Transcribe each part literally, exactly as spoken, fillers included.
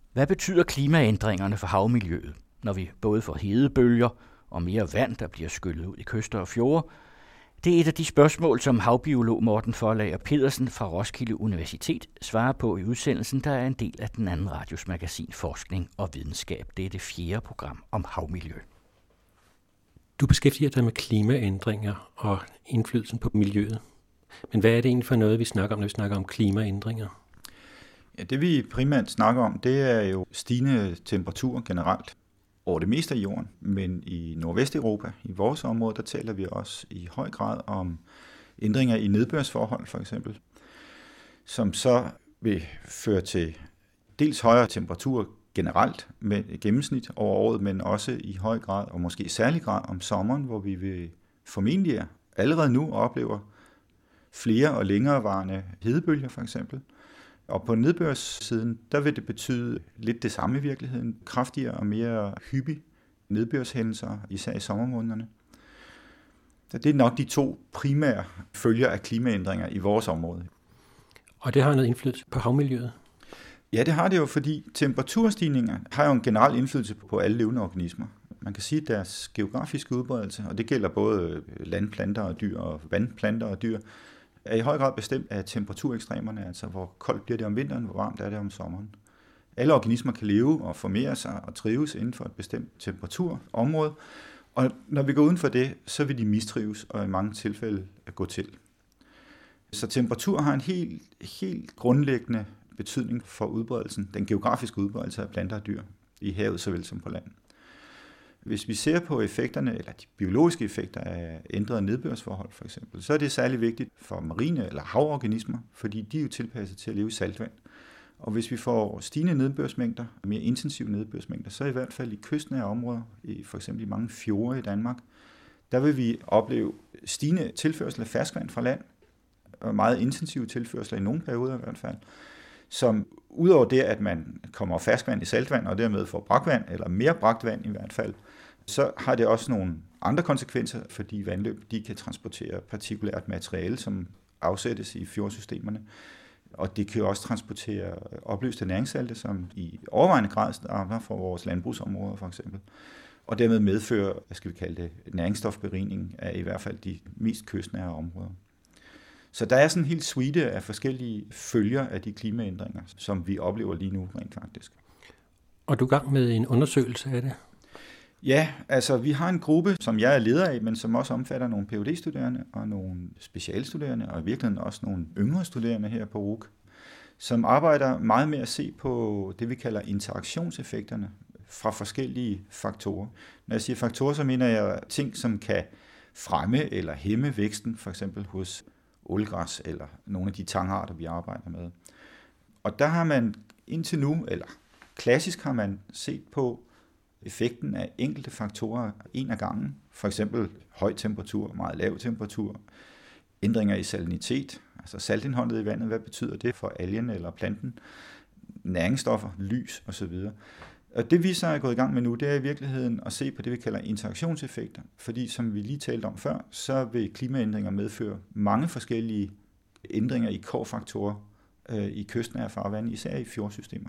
Hvad betyder klimaændringerne for havmiljøet, når vi både får hedebølger og mere vand, der bliver skyllet ud i kyster og fjorde? Det er et af de spørgsmål, som havbiolog Morten Forlager Pedersen fra Roskilde Universitet svarer på i udsendelsen, der er en del af den anden radios magasin Forskning og Videnskab. Det er det fjerde program om havmiljø. Du beskæftiger dig med klimaændringer og indflydelsen på miljøet. Men hvad er det egentlig for noget, vi snakker om, når vi snakker om klimaændringer? Ja, det vi primært snakker om, det er jo stigende temperaturer generelt over det meste af jorden. Men i Nordvesteuropa, i vores område, der taler vi også i høj grad om ændringer i nedbørsforhold for eksempel, som så vil føre til dels højere temperaturer generelt med gennemsnit over året, men også i høj grad, og måske særlig grad om sommeren, hvor vi vil formentlig allerede nu oplever flere og længerevarende hedebølger for eksempel. Og på nedbørssiden, der vil det betyde lidt det samme i virkeligheden. Kraftigere og mere hyppige nedbørshændelser, især i sommermånederne. Så det er nok de to primære følger af klimaændringer i vores område. Og det har noget indflydelse på havmiljøet? Ja, det har det jo, fordi temperaturstigninger har jo en generel indflydelse på alle levende organismer. Man kan sige, at deres geografiske udbredelse, og det gælder både landplanter og dyr og vandplanter og dyr, er i høj grad bestemt af temperaturekstremerne, altså hvor koldt bliver det om vinteren, hvor varmt er det om sommeren. Alle organismer kan leve og formere sig og trives inden for et bestemt temperaturområde, og når vi går uden for det, så vil de mistrives og i mange tilfælde gå til. Så temperatur har en helt, helt grundlæggende betydning for udbredelsen, den geografiske udbredelse af planter og dyr i havet såvel som på land. Hvis vi ser på effekterne, eller de biologiske effekter af ændrede nedbørsforhold for eksempel, så er det særlig vigtigt for marine eller havorganismer, fordi de er jo tilpasset til at leve i saltvand. Og hvis vi får stigende nedbørsmængder, mere intensive nedbørsmængder, så i hvert fald i kystnære områder, i for eksempel i mange fjorde i Danmark, der vil vi opleve stigende tilførsel af ferskvand fra land, og meget intensive tilførsler i nogle perioder i hvert fald, som udover det, at man kommer ferskvand i saltvand, og dermed får brakvand, eller mere bragt vand i hvert fald, så har det også nogle andre konsekvenser, fordi vandløb de kan transportere partikulært materiale, som afsættes i fjordsystemerne. Og det kan jo også transportere opløste næringssalte, som i overvejende grad stammer fra vores landbrugsområder for eksempel. Og dermed medfører, hvad skal vi kalde det, næringsstofberigning af i hvert fald de mest kystnære områder. Så der er sådan en helt suite af forskellige følger af de klimaændringer, som vi oplever lige nu rent faktisk. Og du er i gang med en undersøgelse af det? Ja, altså vi har en gruppe, som jeg er leder af, men som også omfatter nogle P H D-studerende og nogle specialstuderende, og i virkeligheden også nogle yngre studerende her på R U C, som arbejder meget med at se på det, vi kalder interaktionseffekterne fra forskellige faktorer. Når jeg siger faktorer, så mener jeg ting, som kan fremme eller hæmme væksten, for eksempel hos ålegræs eller nogle af de tangarter, vi arbejder med. Og der har man indtil nu, eller klassisk har man set på effekten af enkelte faktorer en af gangen. For eksempel høj temperatur, meget lav temperatur, ændringer i salinitet, altså saltindholdet i vandet, hvad betyder det for algen eller planten, næringsstoffer, lys osv. Og det vi så er gået i gang med nu, det er i virkeligheden at se på det, vi kalder interaktionseffekter. Fordi som vi lige talte om før, så vil klimaændringer medføre mange forskellige ændringer i kofaktorer øh, i kystnære farvande, især i fjordsystemer.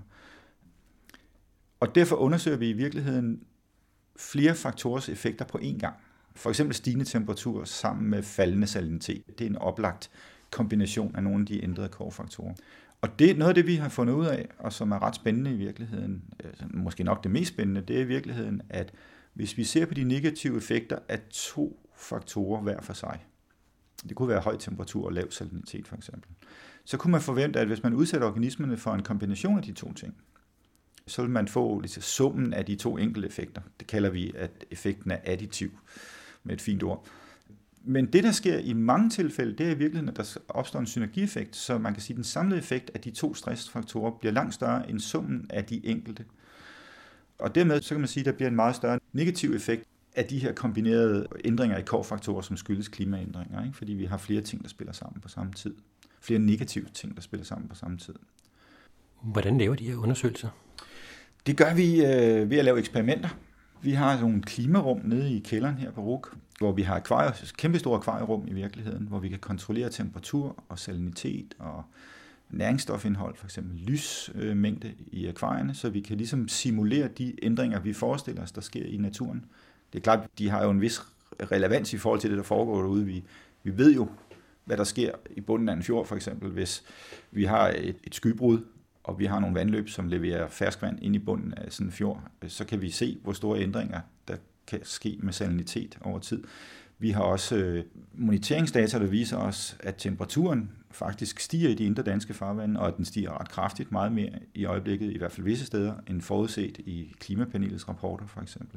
Og derfor undersøger vi i virkeligheden flere faktorers effekter på én gang. For eksempel stigende temperatur sammen med faldende salinitet. Det er en oplagt kombination af nogle af de ændrede kofaktorer. Og det, noget af det, vi har fundet ud af, og som er ret spændende i virkeligheden, måske nok det mest spændende, det er i virkeligheden, at hvis vi ser på de negative effekter af to faktorer hver for sig, det kunne være høj temperatur og lav salinitet for eksempel, så kunne man forvente, at hvis man udsætter organismerne for en kombination af de to ting, så vil man få ligesom summen af de to enkelte effekter. Det kalder vi, at effekten er additiv, med et fint ord. Men det, der sker i mange tilfælde, det er i virkeligheden, at der opstår en synergieffekt, så man kan sige, at den samlede effekt af de to stressfaktorer bliver langt større end summen af de enkelte. Og dermed så kan man sige, at der bliver en meget større negativ effekt af de her kombinerede ændringer i kofaktorer, som skyldes klimaændringer, ikke? Fordi vi har flere ting, der spiller sammen på samme tid. Flere negative ting, der spiller sammen på samme tid. Hvordan laver de her undersøgelser? Det gør vi øh, ved at lave eksperimenter. Vi har nogle klimarum nede i kælderen her på R U C, hvor vi har akvarier, kæmpestore akvarierum i virkeligheden, hvor vi kan kontrollere temperatur og salinitet og næringsstofindhold, for eksempel lysmængde i akvarierne, så vi kan ligesom simulere de ændringer, vi forestiller os, der sker i naturen. Det er klart, de har jo en vis relevans i forhold til det, der foregår derude. Vi, vi ved jo, hvad der sker i bunden af en fjord, for eksempel, hvis vi har et, et skybrud, og vi har nogle vandløb, som leverer ferskvand ind i bunden af sådan en fjord, så kan vi se, hvor store ændringer der kan ske med salinitet over tid. Vi har også øh, moniteringsdata, der viser os, at temperaturen faktisk stiger i de indre danske farvande, og at den stiger ret kraftigt, meget mere i øjeblikket, i hvert fald visse steder, end forudset i klimapanelets rapporter, for eksempel.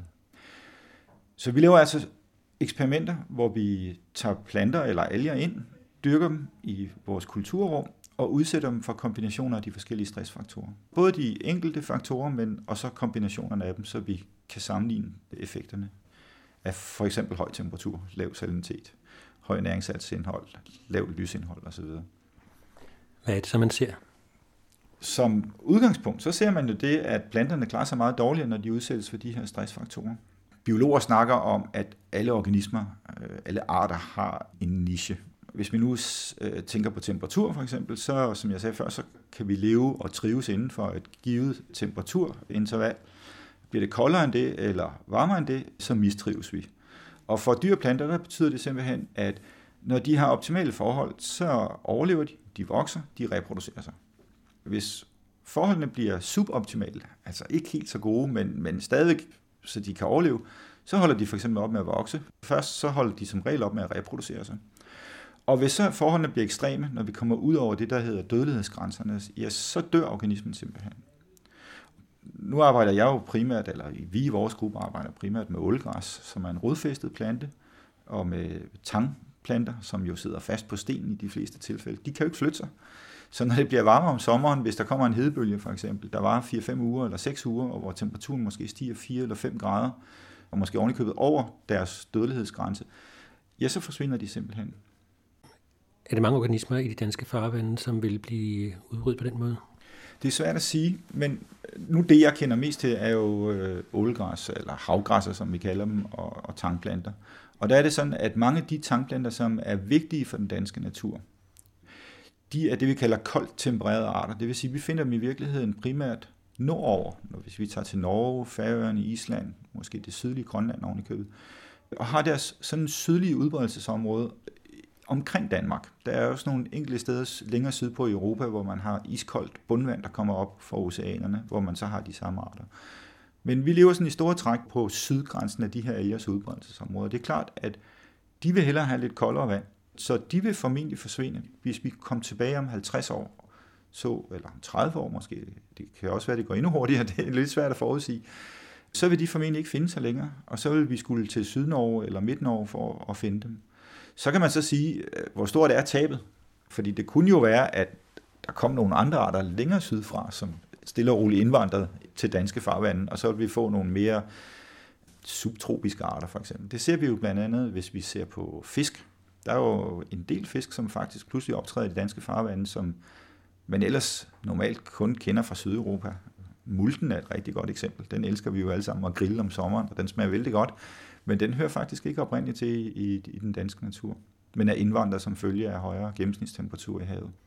Så vi laver altså eksperimenter, hvor vi tager planter eller alger ind, dyrker dem i vores kulturrum, og udsætter dem for kombinationer af de forskellige stressfaktorer. Både de enkelte faktorer, men også kombinationerne af dem, så vi kan sammenligne effekterne af for eksempel høj temperatur, lav salinitet, høj næringssaltsindhold, lavt lysindhold osv. Hvad er det så, man ser? Som udgangspunkt, så ser man jo det, at planterne klarer sig meget dårligere, når de udsættes for de her stressfaktorer. Biologer snakker om, at alle organismer, alle arter har en niche. Hvis vi nu tænker på temperatur for eksempel, så som jeg sagde før, så kan vi leve og trives inden for et givet temperaturinterval. Bliver det koldere end det, eller varmere end det, så mistrives vi. Og for dyr og planter, der betyder det simpelthen, at når de har optimale forhold, så overlever de, de vokser, de reproducerer sig. Hvis forholdene bliver suboptimale, altså ikke helt så gode, men, men stadigvæk, så de kan overleve, så holder de for eksempel op med at vokse. Først så holder de som regel op med at reproducere sig. Og hvis så forholdene bliver ekstreme, når vi kommer ud over det, der hedder dødelighedsgrænserne, ja, så dør organismen simpelthen. Nu arbejder jeg jo primært, eller vi i vores gruppe arbejder primært med ålegræs, som er en rodfæstet plante, og med tangplanter, som jo sidder fast på sten i de fleste tilfælde. De kan jo ikke flytte sig. Så når det bliver varmere om sommeren, hvis der kommer en hedebølge for eksempel, der varer fire fem uger eller seks uger, og hvor temperaturen måske stiger fire eller fem grader, og måske ovenikøbet over deres dødelighedsgrænse, ja, så forsvinder de simpelthen. Er det mange organismer i de danske farvande, som vil blive udryddet på den måde? Det er svært at sige, men nu det, jeg kender mest til, er jo øh, ålegræs, eller havgræsser, som vi kalder dem, og, og tangplanter. Og der er det sådan, at mange af de tangplanter, som er vigtige for den danske natur, de er det, vi kalder koldt tempererede arter. Det vil sige, at vi finder dem i virkeligheden primært nordover, hvis vi tager til Norge, Færøerne, Island, måske det sydlige Grønland oven i købet, og har deres sådan sydlige udbredelsesområde omkring Danmark. Der er også nogle enkelte steder længere sydpå i Europa, hvor man har iskoldt bundvand, der kommer op fra oceanerne, hvor man så har de samme arter. Men vi lever sådan i store træk på sydgrænsen af de her algers udbredelsesområder. Det er klart, at de vil hellere have lidt koldere vand, så de vil formentlig forsvinde, hvis vi kommer tilbage om halvtreds år, så, eller tredive år måske. Det kan også være, at det går endnu hurtigere, det er lidt svært at forudsige. Så vil de formentlig ikke finde sig længere, og så vil vi skulle til Sydnorge eller Midt-Norge for at finde dem. Så kan man så sige, hvor stort er tabet. Fordi det kunne jo være, at der kom nogle andre arter længere sydfra, som stille og roligt indvandrede til danske farvande, og så vil vi få nogle mere subtropiske arter for eksempel. Det ser vi jo blandt andet, hvis vi ser på fisk. Der er jo en del fisk, som faktisk pludselig optræder i de danske farvande, som man ellers normalt kun kender fra Sydeuropa. Multen er et rigtig godt eksempel. Den elsker vi jo alle sammen at grille om sommeren, og den smager vældig godt. Men den hører faktisk ikke oprindeligt til i, i, i den danske natur, men er indvandret som følge af højere gennemsnitstemperatur i havet.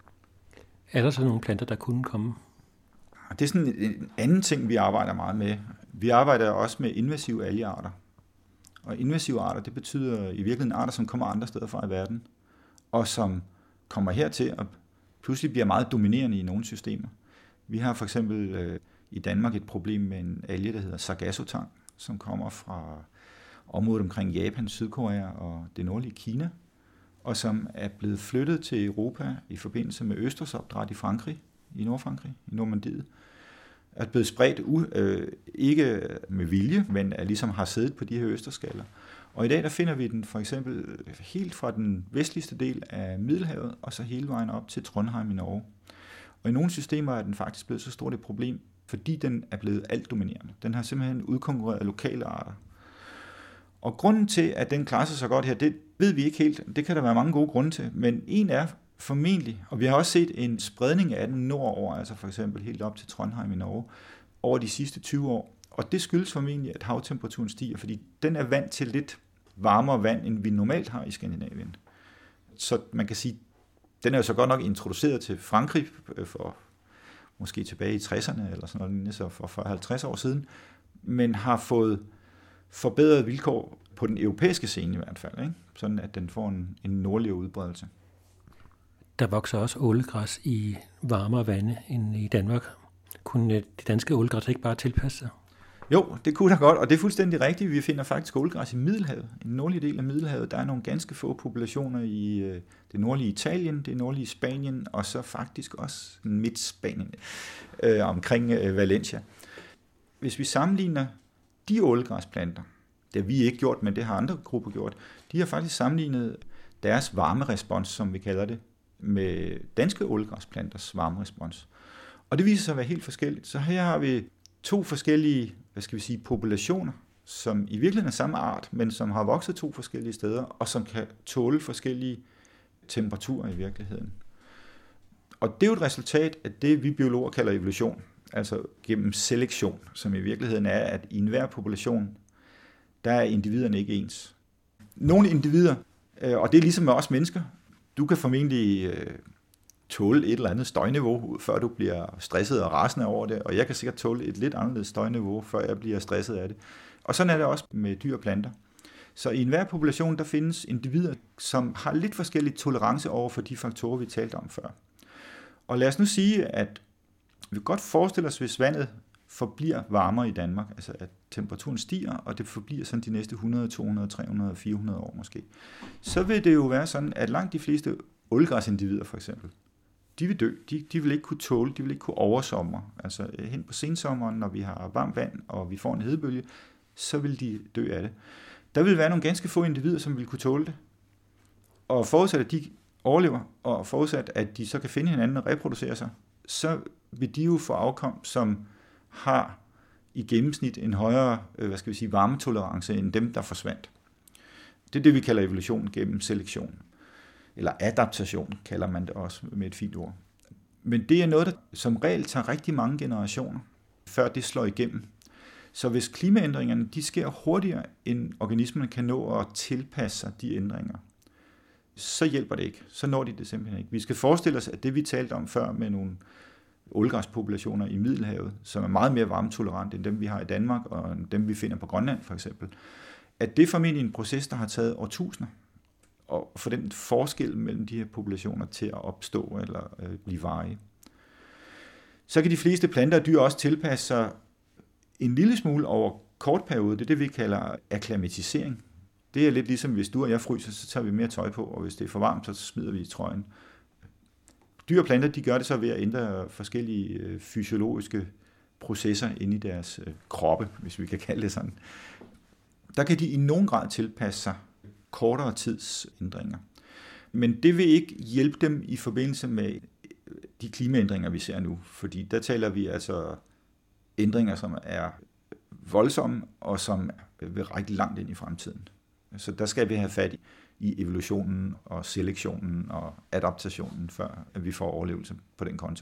Er der så nogle planter, der kunne komme? Det er sådan en anden ting, vi arbejder meget med. Vi arbejder også med invasive algearter. Og invasive arter, det betyder i virkeligheden arter, som kommer andre steder fra i verden, og som kommer hertil og pludselig bliver meget dominerende i nogle systemer. Vi har for eksempel øh, i Danmark et problem med en alge, der hedder sargassotang, som kommer fra området omkring Japan, Sydkorea og det nordlige Kina, og som er blevet flyttet til Europa i forbindelse med østersopdræt i Frankrig, i Nordfrankrig, i Normandiet, er blevet spredt u- øh, ikke med vilje, men er ligesom har siddet på de her østerskaller. Og i dag der finder vi den for eksempel helt fra den vestligste del af Middelhavet, og så hele vejen op til Trondheim i Norge. Og i nogle systemer er den faktisk blevet så stort et problem, fordi den er blevet alt dominerende. Den har simpelthen udkonkurreret lokale arter. Og grunden til, at den klarer sig så godt her, det ved vi ikke helt. Det kan der være mange gode grunde til, men en er formentlig, og vi har også set en spredning af den nordover, altså for eksempel helt op til Trondheim i Norge, over de sidste tyve år. Og det skyldes formentlig, at havtemperaturen stiger, fordi den er vant til lidt varmere vand, end vi normalt har i Skandinavien. Så man kan sige, Den er jo så godt nok introduceret til Frankrig for måske tilbage i tresserne, eller sådan noget, så for fyrre til halvtreds år siden, men har fået forbedrede vilkår på den europæiske scene i hvert fald, ikke? Sådan at den får en, en nordligere udbredelse. Der vokser også ålegræs i varmere vande end i Danmark. Kunne det danske ålegræs ikke bare tilpasse sig? Jo, det kunne da godt, og det er fuldstændig rigtigt. Vi finder faktisk ålegræs i Middelhavet. I den nordlige del af Middelhavet, der er nogle ganske få populationer i øh, det nordlige Italien, det nordlige Spanien, og så faktisk også midt-Spanien, øh, omkring øh, Valencia. Hvis vi sammenligner de ålegræsplanter, det har vi ikke gjort, men det har andre grupper gjort, de har faktisk sammenlignet deres varmerespons, som vi kalder det, med danske ålegræsplanters varmerespons. Og det viser sig at være helt forskelligt. Så her har vi to forskellige, hvad skal vi sige, populationer, som i virkeligheden er samme art, men som har vokset to forskellige steder, og som kan tåle forskellige temperaturer i virkeligheden. Og det er jo et resultat af det, vi biologer kalder evolution, altså gennem selektion, som i virkeligheden er, at i enhver population, der er individerne ikke ens. Nogle individer, og det er ligesom med os mennesker, du kan formentlig tåle et eller andet støjniveau, før du bliver stresset og rasende over det, og jeg kan sikkert tåle et lidt anderledes støjniveau, før jeg bliver stresset af det. Og sådan er det også med dyr og planter. Så i enhver population, der findes individer, som har lidt forskellig tolerance over for de faktorer, vi talte om før. Og lad os nu sige, at vi kan godt forestille os, hvis vandet forbliver varmere i Danmark, altså at temperaturen stiger, og det forbliver sådan de næste hundrede, to hundrede, tre hundrede, fire hundrede år måske, så vil det jo være sådan, at langt de fleste ålegræsindivider for eksempel, de vil dø. De, de vil ikke kunne tåle, de vil ikke kunne oversomre. Altså hen på sensommeren, når vi har varmt vand, og vi får en hedebølge, så vil de dø af det. Der vil være nogle ganske få individer, som vil kunne tåle det. Og forudsat, at de overlever, og forudsat, at de så kan finde hinanden og reproducere sig, så vil de jo få afkom, som har i gennemsnit en højere, hvad skal vi sige, varmetolerance end dem, der forsvandt. Det er det, vi kalder evolution gennem selektion. Eller adaptation, kalder man det også med et fint ord. Men det er noget, der som regel tager rigtig mange generationer, før det slår igennem. Så hvis klimaændringerne de sker hurtigere, end organismerne kan nå at tilpasse sig de ændringer, så hjælper det ikke. Så når de det simpelthen ikke. Vi skal forestille os, at det vi talte om før med nogle ålegræspopulationer i Middelhavet, som er meget mere varmetolerante end dem, vi har i Danmark, og dem, vi finder på Grønland for eksempel, at det er formentlig en proces, der har taget årtusinder, og få den forskel mellem de her populationer til at opstå eller øh, blive varige. Så kan de fleste planter og dyr også tilpasse sig en lille smule over kort periode. Det er det, vi kalder akklimatisering. Det er lidt ligesom, hvis du og jeg fryser, så tager vi mere tøj på, og hvis det er for varmt, så smider vi trøjen. Dyr og planter, de gør det så ved at ændre forskellige øh, fysiologiske processer inde i deres øh, kroppe, hvis vi kan kalde det sådan. Der kan de i nogen grad tilpasse sig kortere tids ændringer. Men det vil ikke hjælpe dem i forbindelse med de klimaændringer, vi ser nu, fordi der taler vi altså ændringer, som er voldsomme og som vil række langt ind i fremtiden. Så der skal vi have fat i, i evolutionen og selektionen og adaptationen, før vi får overlevelse på den konto.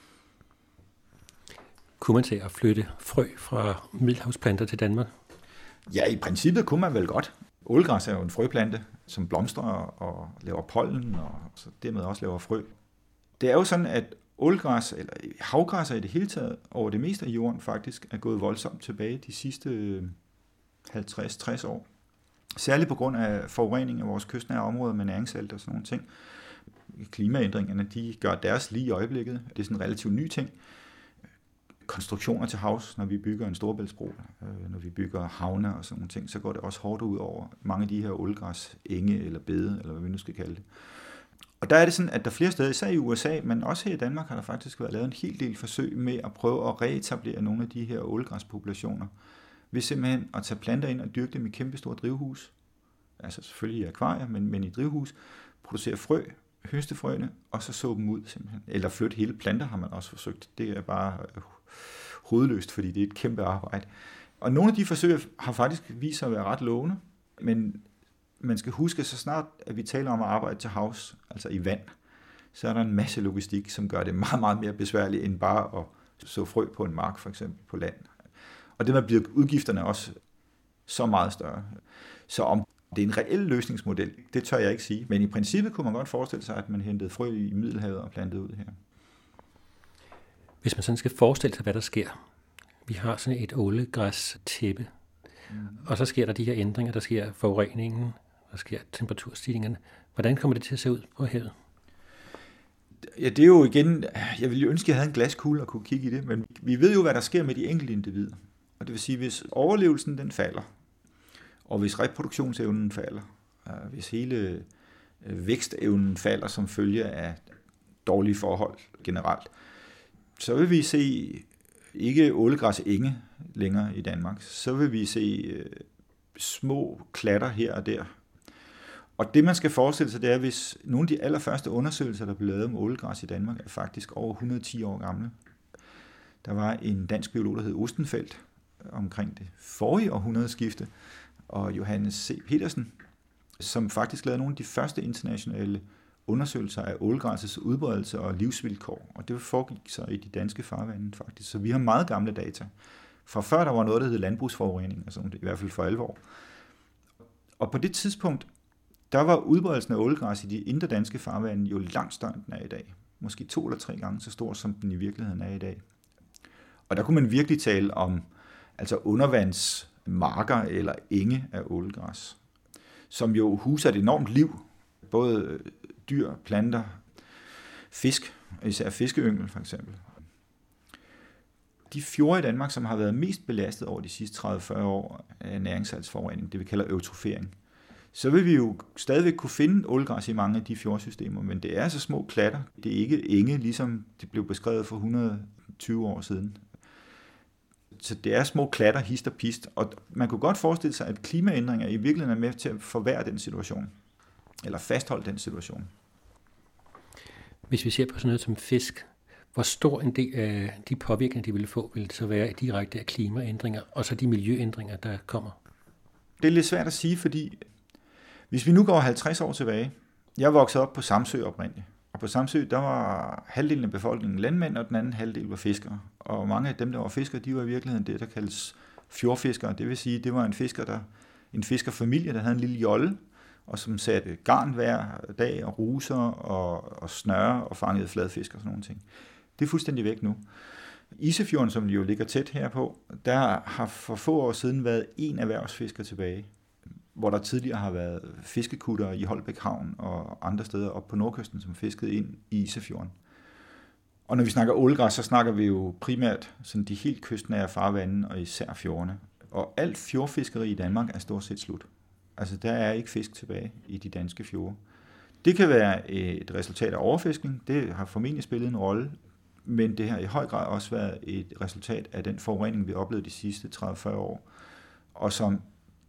Kunne man til at flytte frø fra middelhavsplanter til Danmark? Ja, i princippet kunne man vel godt. Ålegræs er jo en frøplante, som blomstrer og laver pollen, og så dermed også laver frø. Det er jo sådan, at ålegræs, eller havgræsser i det hele taget, over det meste af jorden faktisk er gået voldsomt tilbage de sidste halvtreds til tres år. Særligt på grund af forurening af vores kystnære områder med næringssalte og sådan nogle ting. Klimaændringerne, de gør deres lige i øjeblikket. Det er sådan en relativt ny ting. Konstruktioner til havs, når vi bygger en storebæltsbro, når vi bygger havne og sådan nogle ting, så går det også hårdt ud over mange af de her ålegræs, enge eller bede, eller hvad vi nu skal kalde det. Og der er det sådan, at der flere steder, især i U S A, men også her i Danmark, har der faktisk været lavet en hel del forsøg med at prøve at reetablere nogle af de her ålegræspopulationer, ved simpelthen at tage planter ind og dyrke dem i kæmpestore drivhus, altså selvfølgelig i akvarier, men, men i drivhus, producere frø, høste frøene, og så så dem ud simpelthen. Eller flytte hele planter har man også forsøgt. Det er bare hovedløst, fordi det er et kæmpe arbejde. Og nogle af de forsøg har faktisk vist sig at være ret lovende, men man skal huske, så snart at vi taler om at arbejde til havs, altså i vand, så er der en masse logistik, som gør det meget, meget mere besværligt, end bare at så frø på en mark, for eksempel på land. Og dermed bliver udgifterne også så meget større. Så om Det er en reel løsningsmodel, det tør jeg ikke sige. Men i princippet kunne man godt forestille sig, at man hentede frø i Middelhavet og plantede ud her. Hvis man sådan skal forestille sig, hvad der sker. Vi har sådan et ålegræstæppe, mm. og så sker der de her ændringer, der sker forureningen, der sker temperaturstigningerne. Hvordan kommer det til at se ud på havet? Ja, det er jo igen, jeg ville jo ønske, at jeg havde en glaskugle og kunne kigge i det, men vi ved jo, hvad der sker med de enkelte individer. Og det vil sige, hvis overlevelsen den falder, og hvis reproduktionsevnen falder, hvis hele vækstevnen falder som følge af dårlige forhold generelt, så vil vi se ikke ålegræsenge længere i Danmark. Så vil vi se små klatter her og der. Og det, man skal forestille sig, det er, hvis nogle af de allerførste undersøgelser, der blev lavet om ålegræs i Danmark, er faktisk over et hundrede og ti år gamle. Der var en dansk biolog, der hed Ostenfeldt, omkring det forrige århundredeskifte, og Johannes C. Petersen, som faktisk lavede nogle af de første internationale undersøgelser af ålegræsets udbredelse og livsvilkår, og det foregik så i de danske farvande faktisk. Så vi har meget gamle data. Fra før der var noget, der hed landbrugsforurening, altså i hvert fald for alvor. Og på det tidspunkt, der var udbredelsen af ålegræs i de indre danske farvande jo langt større, end den er i dag. Måske to eller tre gange så stor, som den i virkeligheden er i dag. Og der kunne man virkelig tale om altså undervandsmarker eller enge af ålegræs, som jo huser et enormt liv, både dyr, planter, fisk, især fiskeyngel for eksempel. De fjorde i Danmark, som har været mest belastet over de sidste tredive til fyrre år af næringssaltsforurening, det vi kalder eutrofering, så vil vi jo stadigvæk kunne finde ålegræs i mange af de fjordsystemer, men det er altså små klatter. Det er ikke enge, ligesom det blev beskrevet for et hundrede og tyve år siden. Så det er små klatter, hist og pist, og man kunne godt forestille sig, at klimaændringer i virkeligheden er med til at forværre den situation, eller fastholde den situation. Hvis vi ser på sådan noget som fisk, hvor stor en del af de påvirkninger, de vil få, vil det så være direkte af klimaændringer, og så de miljøændringer, der kommer? Det er lidt svært at sige, fordi hvis vi nu går halvtreds år tilbage, jeg voksede op på Samsø oprindeligt, og på Samsø, der var halvdelen af befolkningen landmænd, og den anden halvdel var fiskere. Og mange af dem, der var fiskere, de var i virkeligheden det, der kaldes fjordfiskere. Det vil sige, det var en fisker, der, en fiskerfamilie, der havde en lille jolle, og som satte garn hver dag, og ruser, og, og snøre, og fangede fladfisk og sådan nogle ting. Det er fuldstændig væk nu. Isefjorden, som jo ligger tæt herpå, der har for få år siden været en erhvervsfisker tilbage, hvor der tidligere har været fiskekutter i Holbæk Havn og andre steder op på nordkysten, som fiskede ind i Isefjorden. Og når vi snakker ålegræs, så snakker vi jo primært sådan de helt kystnære farvande og især fjordene. Og alt fjordfiskeri i Danmark er stort set slut. Altså der er ikke fisk tilbage i de danske fjorde. Det kan være et resultat af overfiskning, det har formentlig spillet en rolle, men det har i høj grad også været et resultat af den forurening, vi oplevede de sidste tredive til fyrre år, og som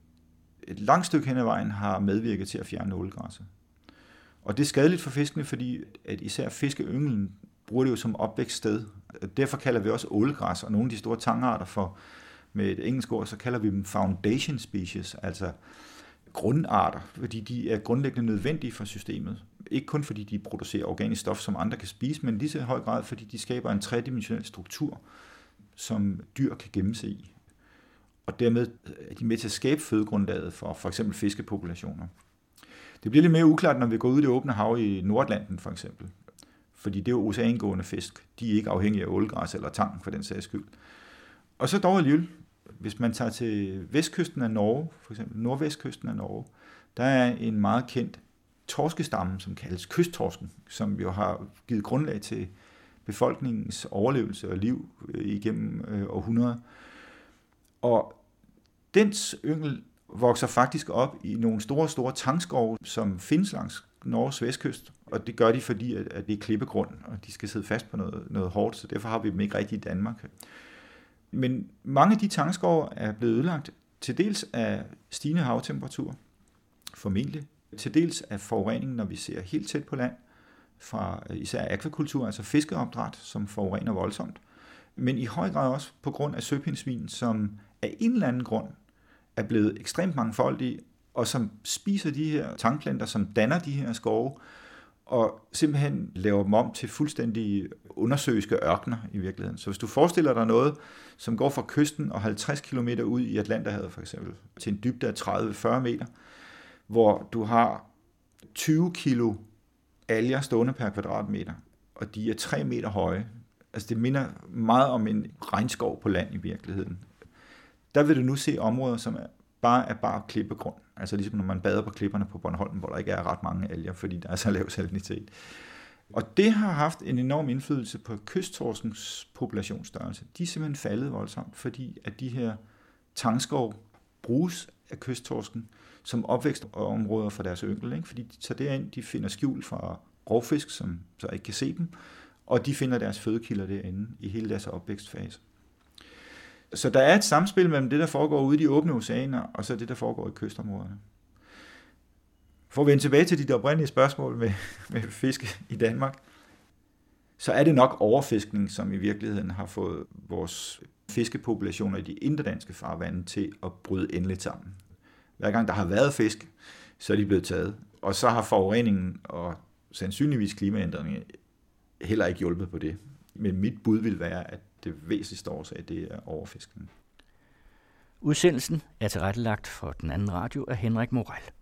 et langt stykke hen ad vejen har medvirket til at fjerne ålegræsset. Og det er skadeligt for fiskene, fordi at især fiskeynglen bruger det jo som opvækststed. Derfor kalder vi også ålegræs, og nogle af de store tangarter for, med et engelsk ord, så kalder vi dem foundation species, altså grundarter, fordi de er grundlæggende nødvendige for systemet. Ikke kun fordi de producerer organisk stof, som andre kan spise, men lige så i høj grad, fordi de skaber en tredimensionel struktur, som dyr kan gemme sig i. Og dermed er de med til at skabe fødegrundlaget for for eksempel fiskepopulationer. Det bliver lidt mere uklart, når vi går ud i det åbne hav i Nordatlanten for eksempel. Fordi det er jo oceangående fisk. De er ikke afhængige af ålegræs eller tang for den sags skyld. Og så dog alligevel, hvis man tager til vestkysten af Norge, for eksempel nordvestkysten af Norge, der er en meget kendt torskestamme, som kaldes kysttorsken, som jo har givet grundlag til befolkningens overlevelse og liv igennem øh, århundreder. Og dens yngel vokser faktisk op i nogle store, store tangskove, som findes langs Norges vestkyst, og det gør de, fordi at det er klippegrund, og de skal sidde fast på noget, noget hårdt, så derfor har vi dem ikke rigtigt i Danmark. Men mange af de tangskove er blevet ødelagt, til dels af stigende havtemperatur, formentlig, til dels af forurening, når vi ser helt tæt på land, fra især akvakultur, altså fiskeopdræt, som forurener voldsomt, men i høj grad også på grund af søpindsvin, som af en eller anden grund er blevet ekstremt mangfoldige, og som spiser de her tangplanter, som danner de her skove, og simpelthen laver dem om til fuldstændig undersøiske ørkener i virkeligheden. Så hvis du forestiller dig noget, som går fra kysten og halvtreds kilometer ud i Atlanterhavet for eksempel, til en dybde af tredive til fyrre meter, hvor du har tyve kilo alger stående per kvadratmeter, og de er tre meter høje. Altså det minder meget om en regnskov på land i virkeligheden. Der vil du nu se områder, som er bare er bare klippegrund. Altså ligesom når man bader på klipperne på Bornholm, hvor der ikke er ret mange alger, fordi der er så lav salinitet. Og det har haft en enorm indflydelse på kysttorskens populationsstørrelse. De er simpelthen faldet voldsomt, fordi at de her tangskov bruges af kysttorsken som opvækstområder for deres yngel, ikke? Fordi de tager derind, de finder skjul fra rovfisk, som så ikke kan se dem, og de finder deres fødekilder derinde i hele deres opvækstfase. Så der er et samspil mellem det, der foregår ude i de åbne oceaner, og så det, der foregår i kystområderne. For at vende tilbage til de oprindelige spørgsmål med, med fiske i Danmark, så er det nok overfiskning, som i virkeligheden har fået vores fiskepopulationer i de inderdanske farvande til at bryde endeligt sammen. Hver gang der har været fisk, så er de blevet taget. Og så har forureningen og sandsynligvis klimaændringen heller ikke hjulpet på det. Men mit bud vil være, at det væsentligste årsag, det er overfiskning. Udsendelsen er tilrettelagt for Den Anden Radio af Henrik Morell.